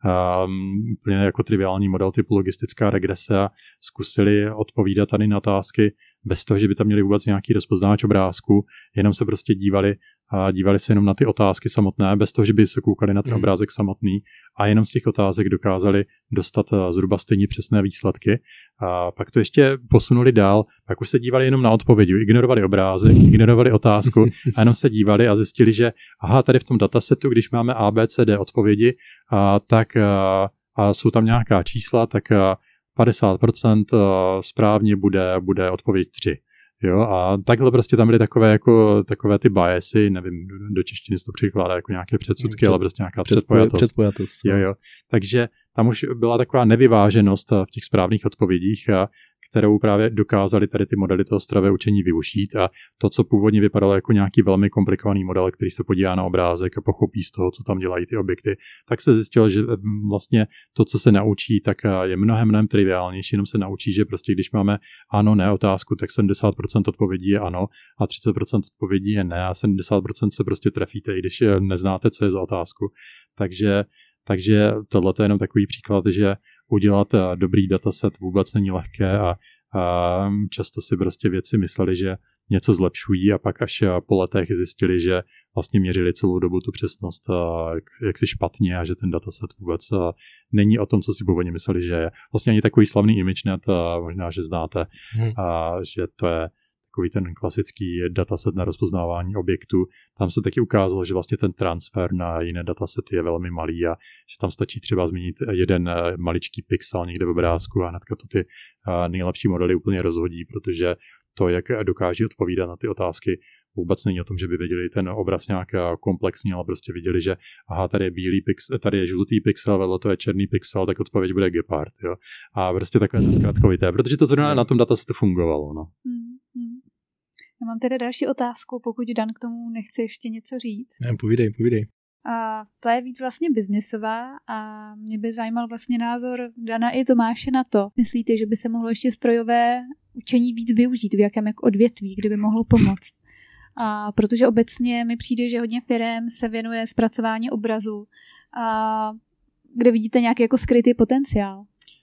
um, úplně jako triviální model typu logistická regrese a zkusili odpovídat tady na otázky bez toho, že by tam měli vůbec nějaký rozpoznávač obrázku, jenom se prostě dívali a dívali se jenom na ty otázky samotné, bez toho, že by se koukali na ten mm. obrázek samotný a jenom z těch otázek dokázali dostat zhruba stejně přesné výsledky. A pak to ještě posunuli dál, pak už se dívali jenom na odpovědi, ignorovali obrázek, ignorovali otázku a jenom se dívali a zjistili, že aha, tady v tom datasetu, když máme A, B, C, D odpovědi, a, tak a, a jsou tam nějaká čísla, tak a padesát procent správně bude, bude odpověď tři. Jo, a takhle prostě tam byly takové jako takové ty biasy, nevím, do češtiny se to překládá jako nějaké předsudky, Před, ale prostě nějaká předpojatost. předpojatost jo, jo. Takže tam už byla taková nevyváženost v těch správných odpovědích, a kterou právě dokázali tady ty modely toho strojového učení využít a to, co původně vypadalo jako nějaký velmi komplikovaný model, který se podívá na obrázek a pochopí z toho, co tam dělají ty objekty, tak se zjistilo, že vlastně to, co se naučí, tak je mnohem, mnohem triviálnější, jenom se naučí, že prostě když máme ano, ne otázku, tak sedmdesát procent odpovědí je ano a třicet procent odpovědí je ne a sedmdesát procent se prostě trefíte, i když neznáte, co je za otázku. Takže, takže tohle je jenom takový příklad, že udělat dobrý dataset vůbec není lehké a, a často si prostě vědci mysleli, že něco zlepšují a pak až po letech zjistili, že vlastně měřili celou dobu tu přesnost jaksi špatně a že ten dataset vůbec není o tom, co si původně mysleli, že je. Vlastně ani takový slavný ImageNet, možná, že znáte, hmm. a že to je takový ten klasický dataset na rozpoznávání objektu. Tam se taky ukázalo, že vlastně ten transfer na jiné datasety je velmi malý a že tam stačí třeba změnit jeden maličký pixel někde v obrázku a hnedka to ty nejlepší modely úplně rozhodí, protože to, jak dokáží odpovídat na ty otázky, vůbec není o tom, že by viděli ten obraz nějak komplexní, ale prostě viděli, že aha, tady je bílý pixel, tady je žlutý pixel, vedle to je černý pixel, tak odpověď bude gepard, jo. A prostě takové to zkratkovité, protože to zrovna na tom datasetu fungovalo, no. Hmm, hmm. Já mám teda další otázku, pokud Dan k tomu nechce ještě něco říct. Ne, povídej, povídej. A to je víc vlastně biznisová a mě by zajímal vlastně názor Dana i Tomáše na to. Myslíte, že by se mohlo ještě strojové učení víc využít, v jakém jako odvětví, kde by mohlo pomoct? A protože obecně mi přijde, že hodně firem se věnuje zpracování obrazu a kde vidíte nějaký jako skrytý potenciál?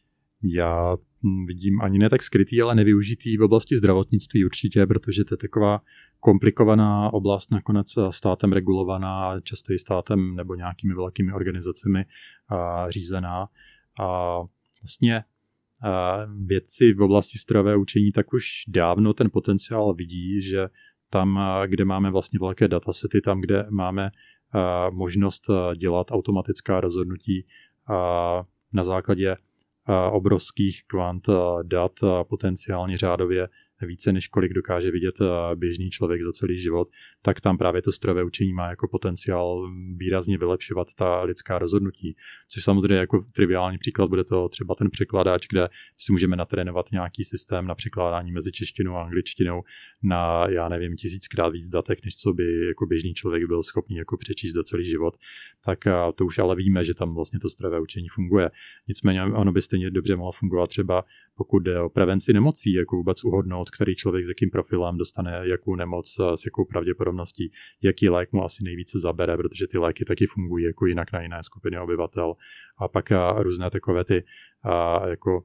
Já vidím ani ne tak skrytý, ale nevyužitý v oblasti zdravotnictví určitě, protože to je taková komplikovaná oblast, nakonec státem regulovaná, často i státem nebo nějakými velkými organizacemi a, řízená. A vlastně a vědci v oblasti strojového učení tak už dávno ten potenciál vidí, že tam, kde máme vlastně velké datasety, tam, kde máme a, možnost dělat automatická rozhodnutí a, na základě a, obrovských kvant a, dat a potenciálně řádově více, než kolik dokáže vidět běžný člověk za celý život, tak tam právě to strojové učení má jako potenciál výrazně vylepšovat ta lidská rozhodnutí. Což samozřejmě jako triviální příklad bude to třeba ten překladač, kde si můžeme natrénovat nějaký systém na překládání mezi češtinou a angličtinou na, já nevím, tisíckrát víc datek, než co by jako běžný člověk byl schopný jako přečíst za celý život. Tak to už ale víme, že tam vlastně to strojové učení funguje. Nicméně ono by stejně dobře mohlo fungovat třeba, pokud jde o prevenci nemocí, jako vůbec uhodnout, který člověk s jakým profilem dostane jakou nemoc, s jakou pravděpodobností, jaký lék mu asi nejvíce zabere, protože ty léky taky fungují jako jinak na jiné skupiny obyvatel. A pak a různé takové ty a, jako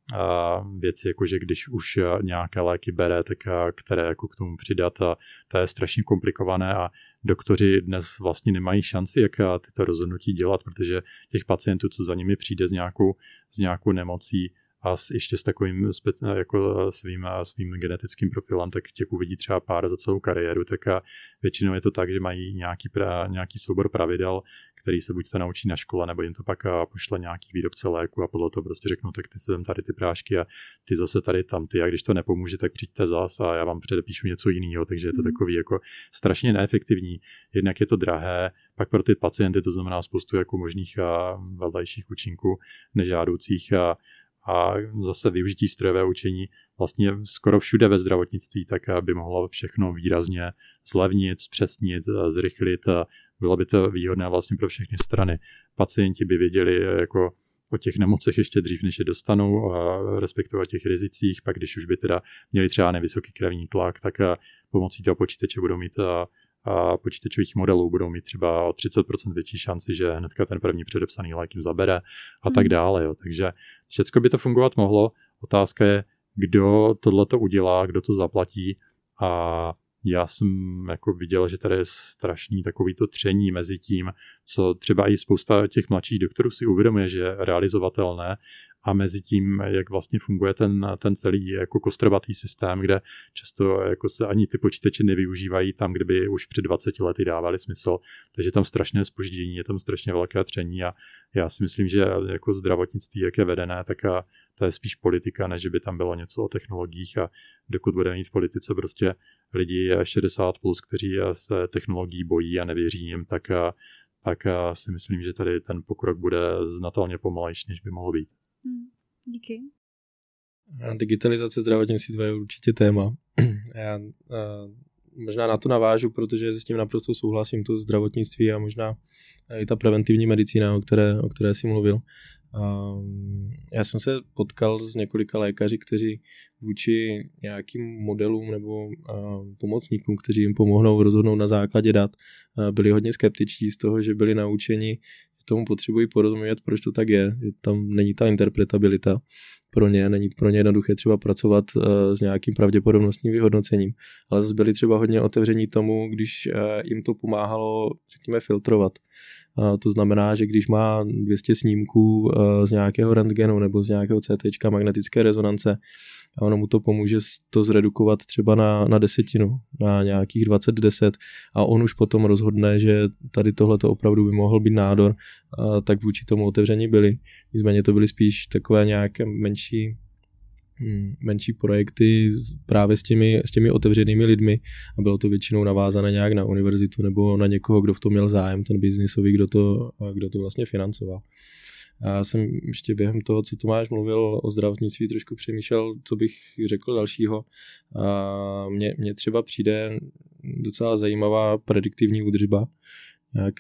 a věci, jako že když už nějaké léky bere, tak a, které jako k tomu přidat, a to je strašně komplikované a doktoři dnes vlastně nemají šanci, jak tyto rozhodnutí dělat, protože těch pacientů, co za nimi přijde s nějakou, s nějakou nemocí, a ještě s takovým jako svým, svým genetickým profilem, tak těch uvidí třeba pár za celou kariéru, tak a většinou je to tak, že mají nějaký, pra, nějaký soubor pravidel, který se buď to naučí na škole, nebo jim to pak pošle nějaký výrobce léku a podle toho prostě řeknou, tak ty si vem tady ty prášky a ty zase tady tam ty a když to nepomůže, tak přijďte zas a já vám předepíšu něco jiného, takže je to mm. takový jako strašně neefektivní. Jednak je to drahé, pak pro ty pacienty to znamená spoustu jako možných a vedlejších účinků nežádoucích a a zase využití strojového učení vlastně skoro všude ve zdravotnictví, tak by mohlo všechno výrazně zlevnit, zpřesnit, zrychlit. Bylo by to výhodné vlastně pro všechny strany. Pacienti by věděli jako o těch nemocech ještě dřív, než je dostanou, respektive o těch rizicích, pak když už by teda měli třeba nevysoký krevní tlak, tak pomocí toho počítače budou mít a počítačových modelů budou mít třeba o třicet procent větší šanci, že hnedka ten první předepsaný lék jim zabere a hmm. tak dále. Jo. Takže všechno by to fungovat mohlo. Otázka je, kdo tohleto udělá, kdo to zaplatí a já jsem jako viděl, že tady je strašný takový to tření mezi tím, co třeba i spousta těch mladších doktorů si uvědomuje, že je realizovatelné a mezi tím, jak vlastně funguje ten, ten celý jako kostrbatý systém, kde často jako se ani ty počítače nevyužívají tam, kde by už před dvaceti lety dávali smysl. Takže tam strašné zpoždění, je tam strašně velké tření a já si myslím, že jako zdravotnictví, jak je vedené, tak a to je spíš politika, než by tam bylo něco o technologiích a dokud bude mít v politice prostě lidi šedesát plus, kteří se technologií bojí a nevěří jim, tak, a, tak a si myslím, že tady ten pokrok bude znatelně pomalejší, než by mohl být. Hmm, díky. A digitalizace zdravotnictví to je určitě téma. Já a, možná na to navážu, protože s tím naprosto souhlasím, to zdravotnictví a možná i ta preventivní medicína, o které, o které jsi mluvil. A, já jsem se potkal s několika lékaři, kteří vůči nějakým modelům nebo a, pomocníkům, kteří jim pomohnou rozhodnout na základě dat, a, byli hodně skeptičtí z toho, že byli naučeni, že tomu potřebují porozumět, proč to tak je, že tam není ta interpretabilita pro ně, není pro ně jednoduché třeba pracovat uh, s nějakým pravděpodobnostním vyhodnocením, ale zase byli třeba hodně otevření tomu, když uh, jim to pomáhalo, řekněme, filtrovat. Uh, to znamená, že když má dvě stě snímků uh, z nějakého rentgenu nebo z nějakého C T magnetické rezonance a ono mu to pomůže to zredukovat třeba na, na desetinu, na nějakých dvacet deset a on už potom rozhodne, že tady tohleto opravdu by mohl být nádor, uh, tak vůči tomu otevření byli. Nicméně to byly spíš takové nějaké menší, menší projekty právě s těmi, s těmi otevřenými lidmi a bylo to většinou navázané nějak na univerzitu nebo na někoho, kdo v tom měl zájem, ten biznisový, kdo to, kdo to vlastně financoval. Já jsem ještě během toho, co Tomáš mluvil o zdravotnictví, trošku přemýšlel, co bych řekl dalšího. A mně, mně třeba přijde docela zajímavá prediktivní údržba, jak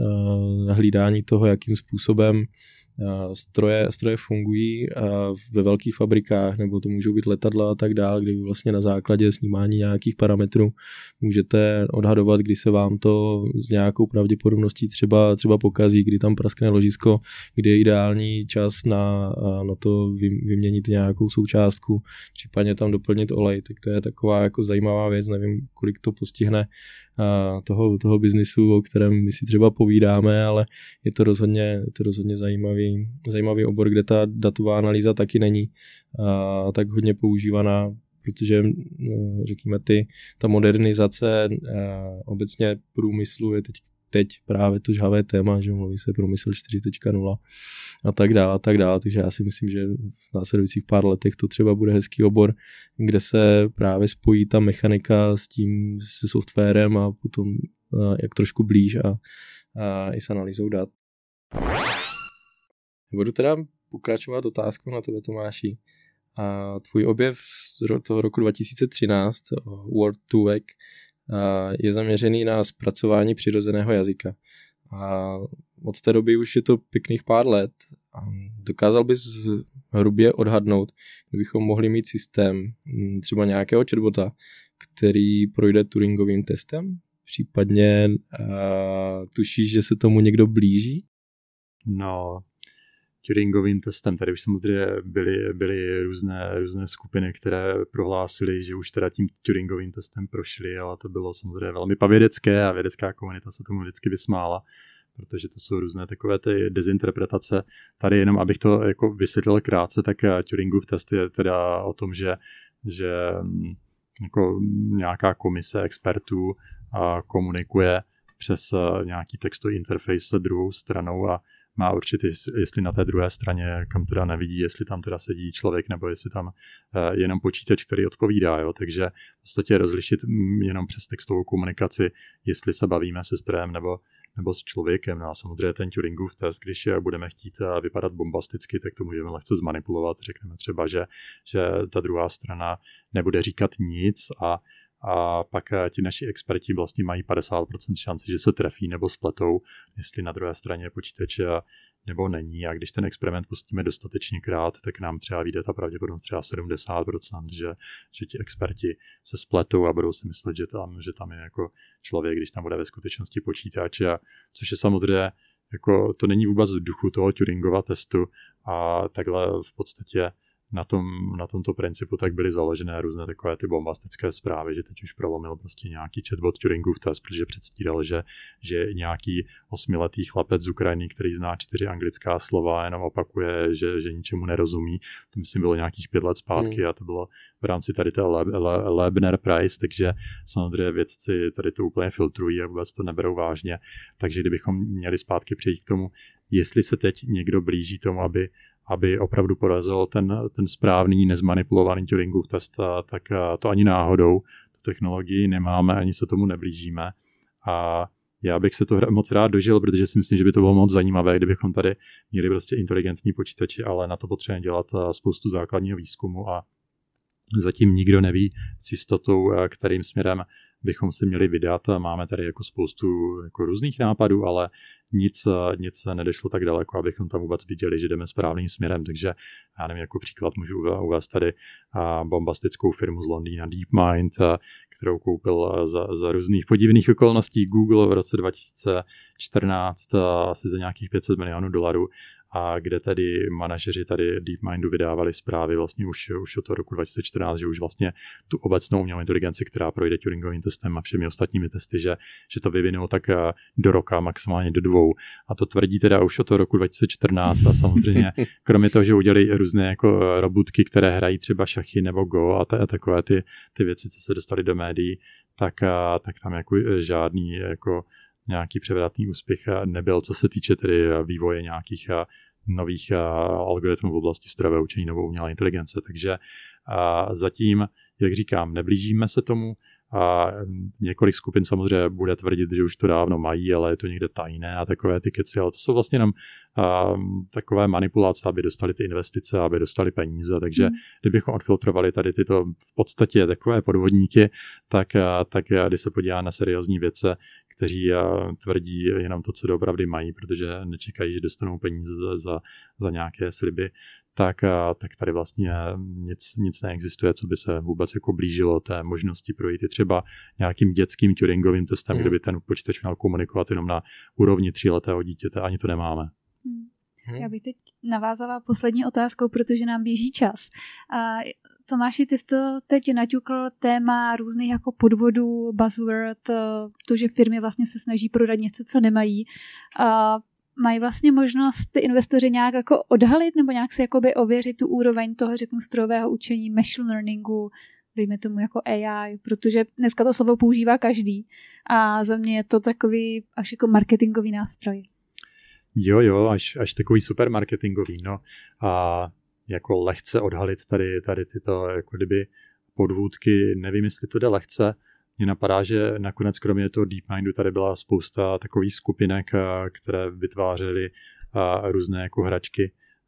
hlídání toho, jakým způsobem Stroje, stroje fungují ve velkých fabrikách, nebo to můžou být letadla a tak dále, kde vlastně na základě snímání nějakých parametrů můžete odhadovat, kdy se vám to s nějakou pravděpodobností třeba, třeba pokazí, kdy tam praskne ložisko, kdy je ideální čas na, na to vyměnit nějakou součástku, případně tam doplnit olej. Tak to je taková jako zajímavá věc, nevím, kolik to postihne toho, toho biznisu, o kterém my si třeba povídáme, ale je to rozhodně, je to rozhodně zajímavý, zajímavý obor, kde ta datová analýza taky není a, tak hodně používaná, protože řekněme ty, ta modernizace a, obecně průmyslu je teď, teď právě to žhavé téma, že mluví se průmysl čtyři tečka nula a tak dále a tak dále, takže já si myslím, že v následujících pár letech to třeba bude hezký obor, kde se právě spojí ta mechanika s tím se softwarem a potom a, jak trošku blíž a, a i s analýzou dat. Budu teda pokračovat otázkou na tebe, Tomáši. A tvůj objev z toho roku dva tisíce třináct, Word to Vec, je zaměřený na zpracování přirozeného jazyka. A od té doby už je to pěkných pár let. A dokázal bys hrubě odhadnout, kdybychom mohli mít systém třeba nějakého chatbota, který projde Turingovým testem? Případně uh, tušíš, že se tomu někdo blíží? No, Turingovým testem. Tady už samozřejmě byly, byly různé, různé skupiny, které prohlásily, že už teda tím Turingovým testem prošly, ale to bylo samozřejmě velmi pavědecké a vědecká komunita se tomu vždycky vysmála, protože to jsou různé takové ty dezinterpretace. Tady jenom, abych to jako vysvětlil krátce, tak Turingův test je teda o tom, že, že jako nějaká komise expertů komunikuje přes nějaký textový interface se druhou stranou a má určitě, jestli na té druhé straně, kam teda nevidí, jestli tam teda sedí člověk, nebo jestli tam uh, jenom počítač, který odpovídá. Jo? Takže v podstatě rozlišit jenom přes textovou komunikaci, jestli se bavíme se strojem nebo, nebo s člověkem. No a samozřejmě ten Turingův test, když budeme chtít vypadat bombasticky, tak to můžeme lehce zmanipulovat. Řekneme třeba, že, že ta druhá strana nebude říkat nic a A pak ti naši experti vlastně mají padesát procent šanci, že se trefí nebo spletou, jestli na druhé straně počítače nebo není. A když ten experiment pustíme dostatečně krát, tak nám třeba vyjde ta pravděpodobnost třeba sedmdesát procent, že, že ti experti se spletou a budou si myslet, že tam, že tam je jako člověk, když tam bude ve skutečnosti počítač. A což je samozřejmě, jako, to není vůbec v duchu toho Turingova testu a takhle v podstatě na, tom, na tomto principu tak byly založené různé takové ty bombastické zprávy, že teď už prolomil prostě nějaký chatbot Turingův test, protože předstíral, že, že nějaký osmiletý chlapec z Ukrajiny, který zná čtyři anglická slova, jenom opakuje, že, že ničemu nerozumí. To myslím bylo nějakých pět let zpátky mm. a to bylo v rámci tady té Le, Le, Lebner Prize, takže samozřejmě vědci tady to úplně filtrují a vůbec to neberou vážně. Takže kdybychom měli zpátky přejít k tomu, jestli se teď někdo blíží tomu, aby aby opravdu porazil ten, ten správný, nezmanipulovaný Turingův test, tak to ani náhodou. Tu technologii nemáme, ani se tomu neblížíme. A já bych se to moc rád dožil, protože si myslím, že by to bylo moc zajímavé, kdybychom tady měli prostě inteligentní počítači, ale na to potřebujeme dělat spoustu základního výzkumu a zatím nikdo neví s jistotou, kterým směrem bychom si měli vydat. Máme tady jako spoustu jako různých nápadů, ale nic, nic nedošlo tak daleko, abychom tam vůbec viděli, že jdeme správným směrem. Takže já nevím, jako příklad můžu uvést tady bombastickou firmu z Londýna DeepMind, kterou koupil za, za různých podivných okolností Google v roce dva tisíce čtrnáct asi za nějakých pět set milionů dolarů. A kde tady manažeři tady DeepMindu vydávali zprávy vlastně už, už od toho roku dva tisíce čtrnáct, že už vlastně tu obecnou umělou inteligenci, která projde Turingovým testem a všemi ostatními testy, že, že to vyvinou tak do roka, maximálně do dvou. A to tvrdí teda už od toho roku dva tisíce čtrnáct a samozřejmě kromě toho, že udělali různé jako robotky, které hrají třeba šachy nebo go a, t- a takové ty, ty věci, co se dostaly do médií, tak, tak tam jako žádný jako nějaký převratný úspěch nebyl, co se týče tedy vývoje nějakých nových algoritmů v oblasti strojového učení nebo umělé inteligence. Takže zatím, jak říkám, neblížíme se tomu. A několik skupin samozřejmě bude tvrdit, že už to dávno mají, ale je to někde tajné a takové ty keci, ale to jsou vlastně jenom uh, takové manipulace, aby dostali ty investice, aby dostali peníze, takže mm. kdybychom odfiltrovali tady tyto v podstatě takové podvodníky, tak, uh, tak uh, když se podívá na seriózní vědce, kteří uh, tvrdí jenom to, co doopravdy mají, protože nečekají, že dostanou peníze za, za, za nějaké sliby, tak, tak tady vlastně nic, nic neexistuje, co by se vůbec jako blížilo té možnosti projít i třeba nějakým dětským Turingovým testem, mm. kde by ten počítač měl komunikovat jenom na úrovni tříletého dítěte, ani to nemáme. Hmm. Já bych teď navázala poslední otázkou, protože nám běží čas. A Tomáši, ty jsi to teď naťukl téma různých jako podvodů, buzzword, to, že firmy vlastně se snaží prodat něco, co nemají. A mají vlastně možnost ty investoři nějak jako odhalit nebo nějak si jakoby ověřit tu úroveň toho, řeknu, strojového učení, machine learningu, dejme tomu jako A I, protože dneska to slovo používá každý a za mě je to takový až jako marketingový nástroj. Jo, jo, až, až takový super marketingový, no a jako lehce odhalit tady, tady tyto jako kdyby podvůdky, nevím, jestli to jde lehce. Mně napadá, že nakonec kromě toho DeepMindu tady byla spousta takových skupinek, které vytvářely různé jako hračky,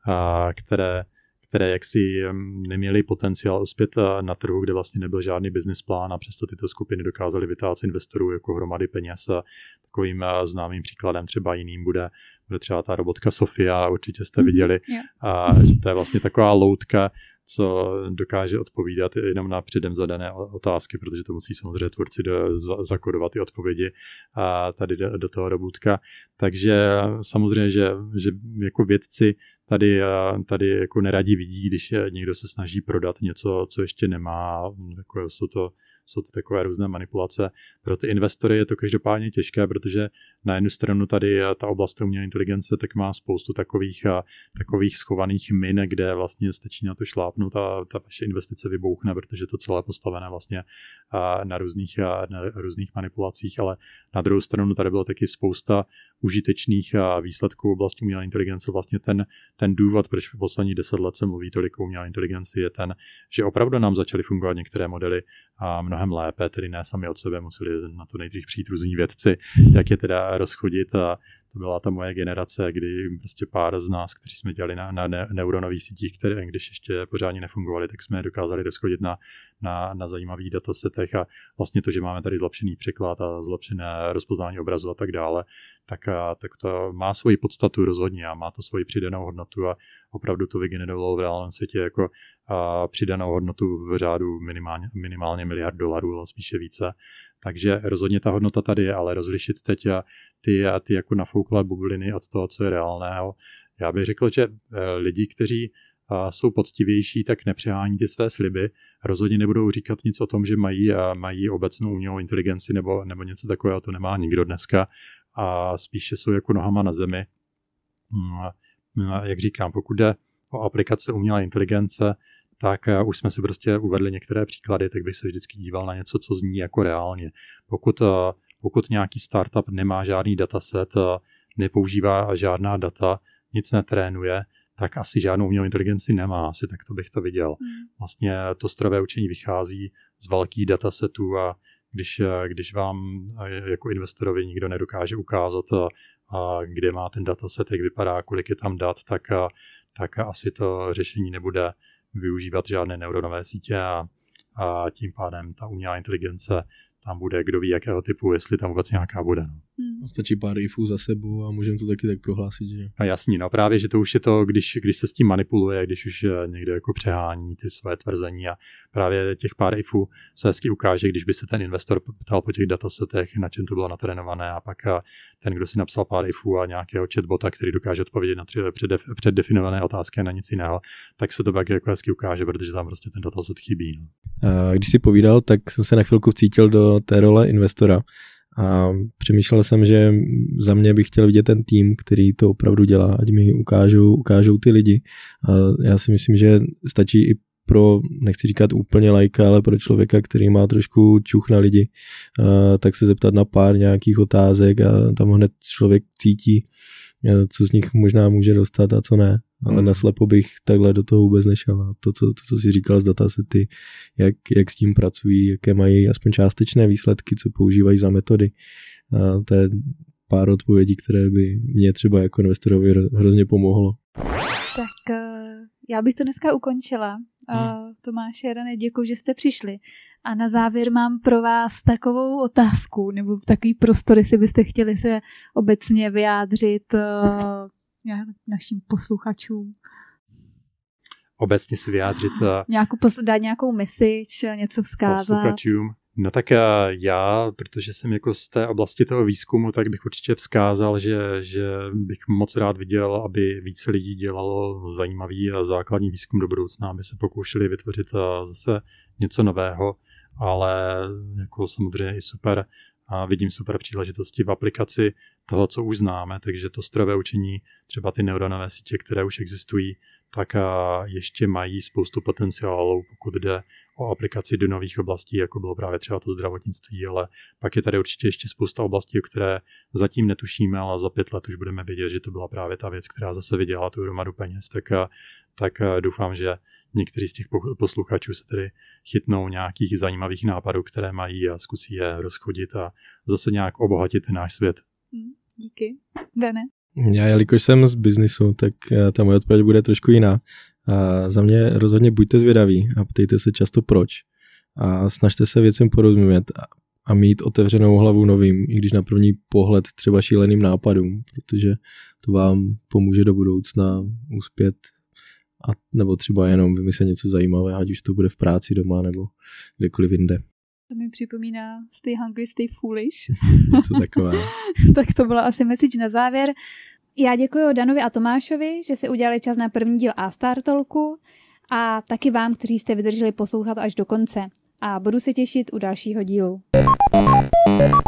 které, které jaksi neměly potenciál uspět na trhu, kde vlastně nebyl žádný business plán a přesto tyto skupiny dokázaly vytáhat z investorů jako hromady peněz. Takovým známým příkladem třeba jiným bude, bude třeba ta robotka Sofia, určitě jste viděli, mm, yeah. a, že to je vlastně taková loutka, co dokáže odpovídat jenom na předem zadané otázky, protože to musí samozřejmě tvůrci do, za, zakodovat ty odpovědi a tady do, do toho robůtka. Takže samozřejmě, že, že jako vědci tady, tady jako neradí vidí, když někdo se snaží prodat něco, co ještě nemá, jako jsou to Jsou to takové různé manipulace. Pro ty investory je to každopádně těžké, protože na jednu stranu tady ta oblast umělé inteligence tak má spoustu takových, takových schovaných min, kde vlastně stačí na to šlápnout a ta vaše investice vybouchne, protože to celé je postavené vlastně na různých, na různých manipulacích, ale na druhou stranu tady bylo taky spousta užitečných výsledků v oblasti umělé inteligence. Vlastně ten, ten důvod, proč v posledních deset let se mluví tolik o umělé inteligenci, je ten, že opravdu nám začaly fungovat některé modely a mnohem lépe, tedy ne sami od sebe, museli na to nejdřív přijít různí vědci, jak je teda rozchodit a to byla ta moje generace, kdy prostě pár z nás, kteří jsme dělali na, na ne, neuronových sítích, které když ještě pořádně nefungovaly, tak jsme je dokázali rozchodit na, na, na zajímavých datasetech a vlastně to, že máme tady zlepšený překlad a zlepšené rozpoznání obrazu a tak dále, tak, a, tak to má svoji podstatu rozhodně a má to svoji přidanou hodnotu a opravdu to vygenerovalo v reálném světě jako a přidanou hodnotu v řádu minimálně, minimálně miliard dolarů, ale spíše více. Takže rozhodně ta hodnota tady je, ale rozlišit teď ty, ty jako nafouklé bubliny od toho, co je reálného. Já bych řekl, že lidi, kteří jsou poctivější, tak nepřehání ty své sliby. Rozhodně nebudou říkat nic o tom, že mají, mají obecnou umělou inteligenci nebo, nebo něco takového, to nemá nikdo dneska. A spíše jsou jako nohama na zemi. Jak říkám, pokud jde o aplikace umělé inteligence, tak už jsme si prostě uvedli některé příklady, tak bych se vždycky díval na něco, co zní jako reálně. Pokud, pokud nějaký startup nemá žádný dataset, nepoužívá žádná data, nic netrénuje, tak asi žádnou umělou inteligenci nemá, asi tak to bych to viděl. Vlastně to strojové učení vychází z velkých datasetů a když, když vám jako investorovi nikdo nedokáže ukázat, a kde má ten dataset, jak vypadá, kolik je tam dat, tak, tak asi to řešení nebude využívat žádné neuronové sítě a, a tím pádem ta umělá inteligence tam bude, kdo ví jakého typu, jestli tam vůbec nějaká bude. No. Hmm. Stačí pár ifů za sebou a můžeme to taky tak prohlásit, že? A jasný, no právě, že to už je to, když, když se s tím manipuluje, když už někdo jako přehání ty své tvrzení a právě těch pár ifů se hezky ukáže, když by se ten investor ptal po těch datasetech, na čem to bylo natrénované a pak ten, kdo si napsal pár ifů a nějakého chatbota, který dokáže odpovědět na tři předdef, předdefinované otázky a na nic jiného, tak se to pak jako hezky ukáže, protože tam prostě ten dataset chybí. No. A když si povídal, tak jsem se na chvilku vcítil do té role investora. A přemýšlel jsem, že za mě bych chtěl vidět ten tým, který to opravdu dělá, ať mi ukážou, ukážou ty lidi. A já si myslím, že stačí i pro, nechci říkat úplně lajka, ale pro člověka, který má trošku čuch na lidi, a tak se zeptat na pár nějakých otázek a tam hned člověk cítí, co z nich možná může dostat a co ne. Ale naslepo bych takhle do toho vůbec nešel. A to, co, to, co jsi říkal z datasety, jak, jak s tím pracují, jaké mají aspoň částečné výsledky, co používají za metody. A to je pár odpovědí, které by mě třeba jako investorovi hrozně pomohlo. Tak já bych to dneska ukončila. Hmm. Tomáši a Dané, děkuji, že jste přišli. A na závěr mám pro vás takovou otázku, nebo takový prostor, jestli byste chtěli se obecně vyjádřit našim posluchačům. Obecně si vyjádřit. Nějakou, dát nějakou message, něco vzkázat. Posluchačům. No tak já, protože jsem jako z té oblasti toho výzkumu, tak bych určitě vzkázal, že, že bych moc rád viděl, aby více lidí dělalo zajímavý a základní výzkum do budoucna, aby se pokoušeli vytvořit zase něco nového, ale jako samozřejmě i super a vidím super příležitosti v aplikaci toho, co už známe, takže to strojové učení, třeba ty neuronové sítě, které už existují, tak ještě mají spoustu potenciálu, pokud jde o aplikaci do nových oblastí, jako bylo právě třeba to zdravotnictví, ale pak je tady určitě ještě spousta oblastí, o které zatím netušíme, ale za pět let už budeme vědět, že to byla právě ta věc, která zase vydělala tu hromadu peněz, tak, tak doufám, že někteří z těch posluchačů se tedy chytnou nějakých zajímavých nápadů, které mají a zkusí je rozchodit a zase nějak obohatit náš svět. Díky. Dané? Já, jelikož jsem z biznisu, tak ta moje odpověď bude trošku jiná. A za mě rozhodně buďte zvědaví a ptejte se často proč. A snažte se věcem porozumět a mít otevřenou hlavu novým, i když na první pohled třeba šíleným nápadům, protože to vám pomůže do budoucna uspět a nebo třeba jenom vymyslet něco zajímavého, ať už to bude v práci doma nebo kdekoliv jinde. To mi připomíná Stay Hungry, Stay Foolish. Něco takové. Tak to byla asi message na závěr. Já děkuji Danovi a Tomášovi, že si udělali čas na první díl A-Star Talku a taky vám, kteří jste vydrželi poslouchat až do konce. A budu se těšit u dalšího dílu.